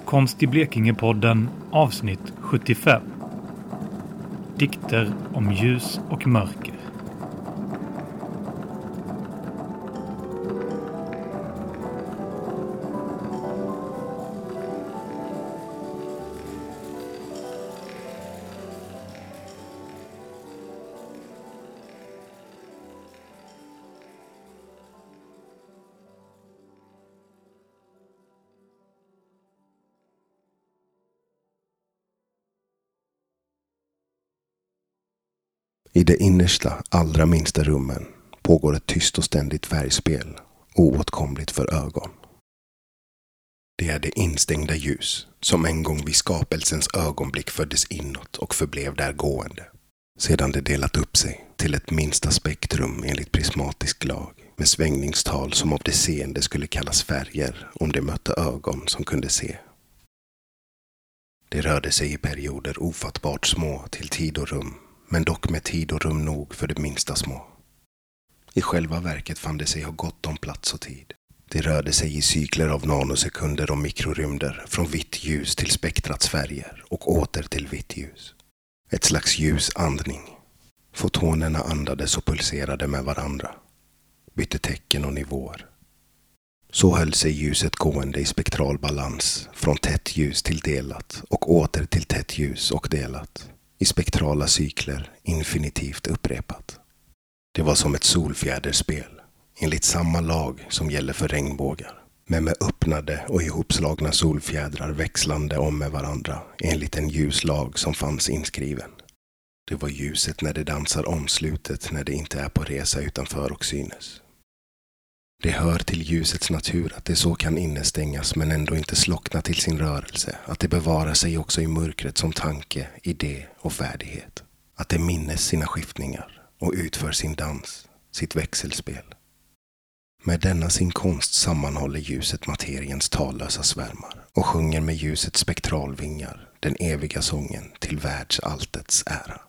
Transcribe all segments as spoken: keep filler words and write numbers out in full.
Konst i Blekinge-podden avsnitt sjuttiofem. Dikter om ljus och mörker. I det innersta, allra minsta rummen pågår ett tyst och ständigt färgspel, oåtkomligt för ögon. Det är det instängda ljus som en gång vid skapelsens ögonblick föddes inåt och förblev där gående. Sedan det delat upp sig till ett minsta spektrum enligt prismatisk lag med svängningstal som av det seende skulle kallas färger om det mötte ögon som kunde se. Det rörde sig i perioder ofattbart små till tid och rum, men dock med tid och rum nog för det minsta små. I själva verket fann det sig ha gott om plats och tid. Det rörde sig i cykler av nanosekunder och mikrorymder från vitt ljus till spektrats färger och åter till vitt ljus. Ett slags ljusandning. Fotonerna andades och pulserade med varandra. Bytte tecken och nivåer. Så höll sig ljuset gående i spektral balans från tätt ljus till delat och åter till tätt ljus och delat. I spektrala cykler infinitivt upprepat. Det var som ett solfjäderspel, enligt samma lag som gäller för regnbågar, men med öppnade och ihopslagna solfjädrar växlande om med varandra enligt en ljuslag som fanns inskriven. Det var ljuset när det dansar omslutet när det inte är på resa utanför och synes. Det hör till ljusets natur att det så kan innestängas men ändå inte slockna till sin rörelse, att det bevarar sig också i mörkret som tanke, idé och färdighet. Att det minnes sina skiftningar och utför sin dans, sitt växelspel. Med denna sin konst sammanhåller ljuset materiens tallösa svärmar och sjunger med ljusets spektralvingar den eviga sången till världsalltets ära.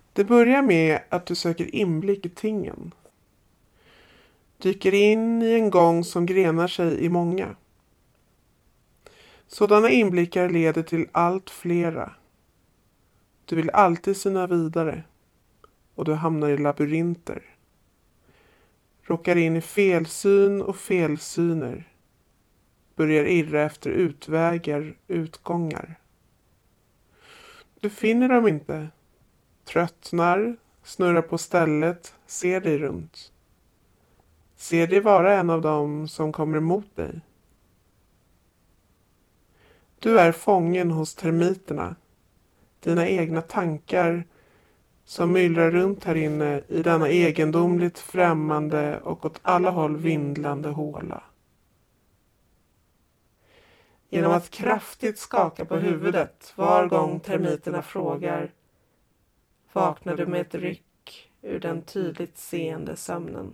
Det börjar med att du söker inblick i tingen. Dyker in i en gång som grenar sig i många. Sådana inblickar leder till allt flera. Du vill alltid syna vidare och du hamnar i labyrinter. Råkar in i felsyn och felsyner. Börjar irra efter utvägar, utgångar. Du finner dem inte. Tröttnar, snurrar på stället, ser dig runt. Ser dig vara en av dem som kommer emot dig. Du är fången hos termiterna. Dina egna tankar som myllrar runt här inne i denna egendomligt främmande och åt alla håll vindlande håla. Genom att kraftigt skaka på huvudet var gång termiterna frågar, vaknar du med ett ryck ur den tydligt seende sömnen.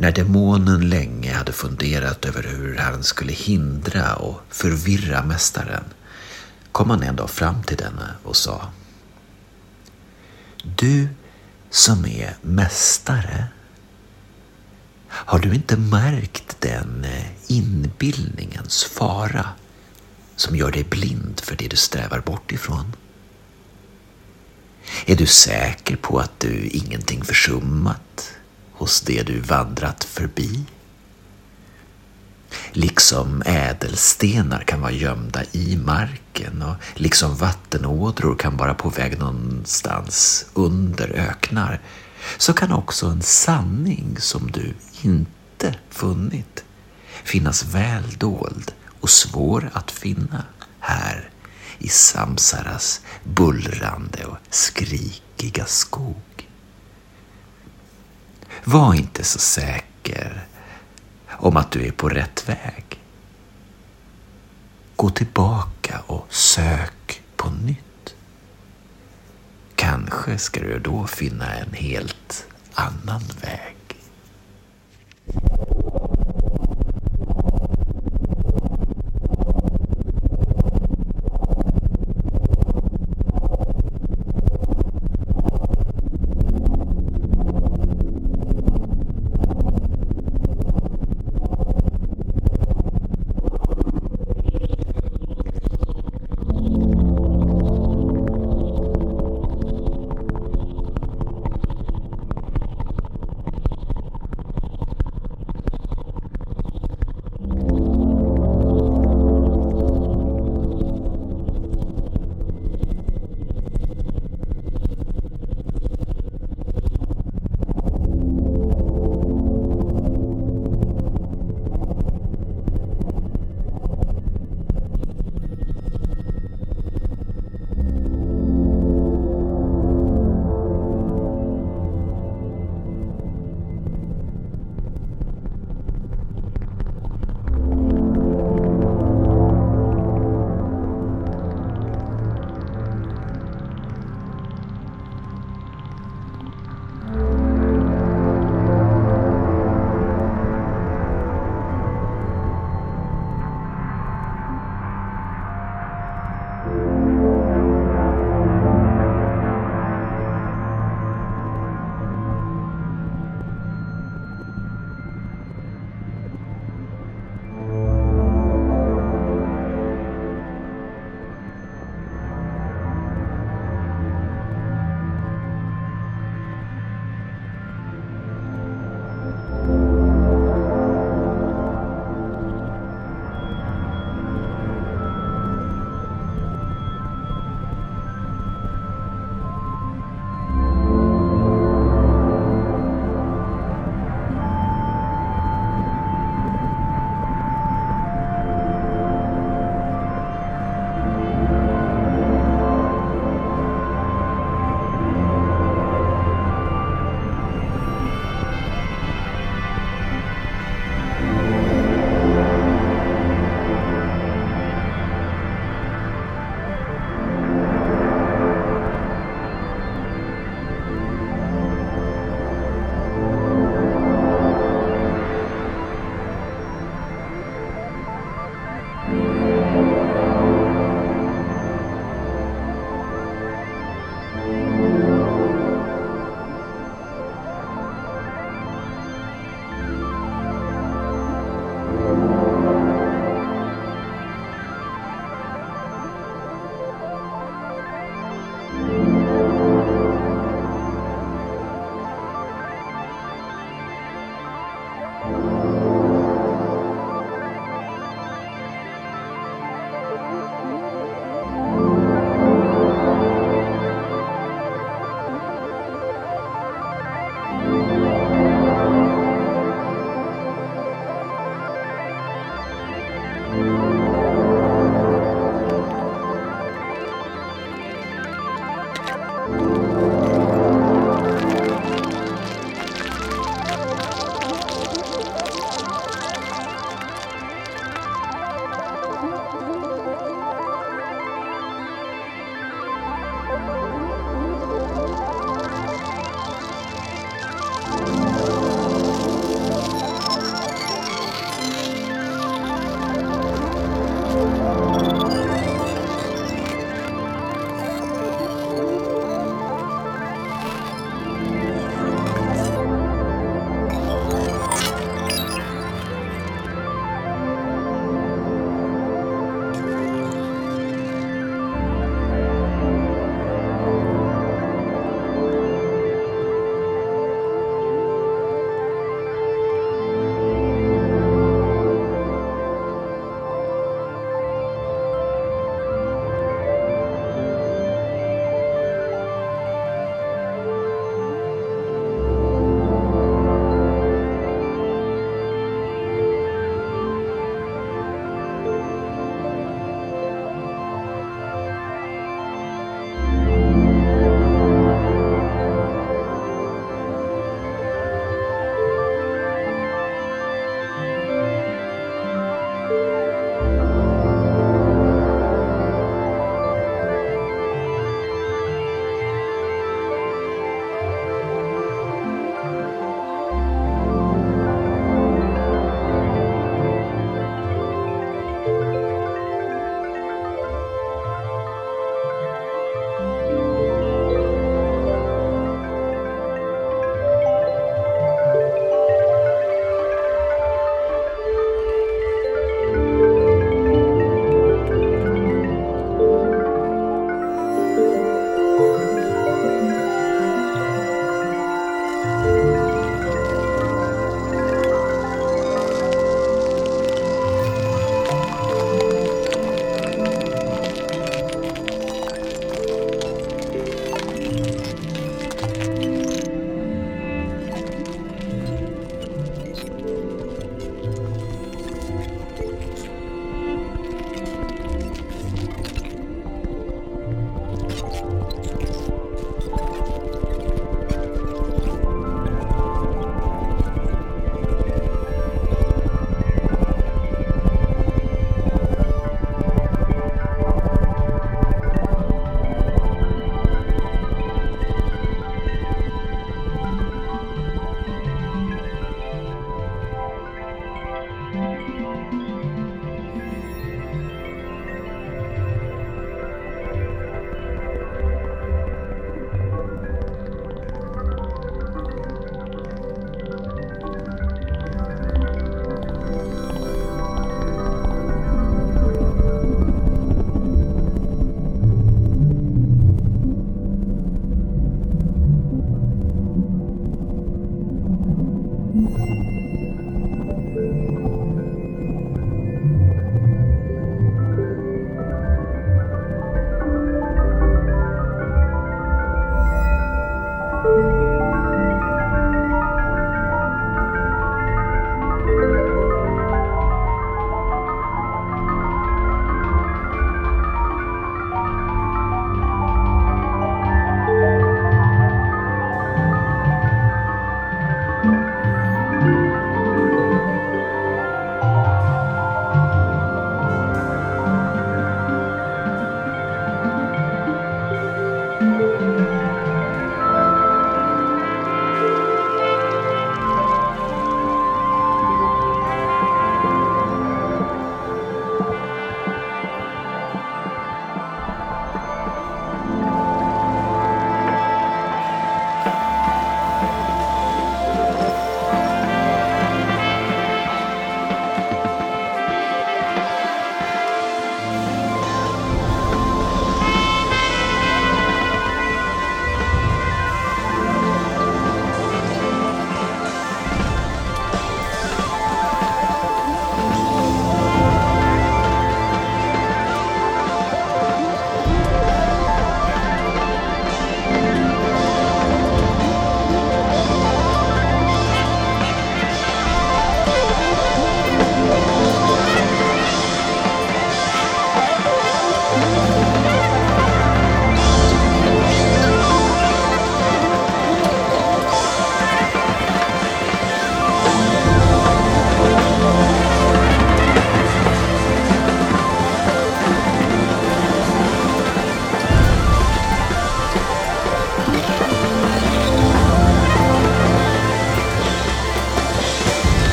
När demonen länge hade funderat över hur han skulle hindra och förvirra mästaren kom han en dag fram till denne och sa: Du som är mästare, har du inte märkt den inbildningens fara som gör dig blind för det du strävar bort ifrån? Är du säker på att du ingenting försummat hos det du vandrat förbi? Liksom ädelstenar kan vara gömda i marken och liksom vattenådror kan vara på väg någonstans under öknar, så kan också en sanning som du inte funnit finnas väl dold och svår att finna här i samsaras bullrande och skrikiga skog. Var inte så säker om att du är på rätt väg. Gå tillbaka och sök på nytt. Kanske ska du då finna en helt annan väg.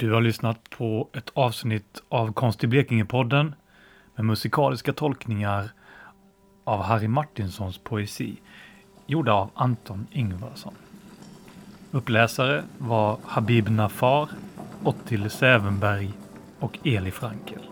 Du har lyssnat på ett avsnitt av Konst i Blekinge-podden med musikaliska tolkningar av Harry Martinsons poesi, gjorda av Anton Ingvarsson. Uppläsare var Habib Nafar, Ottil Sävenberg och Eli Frankel.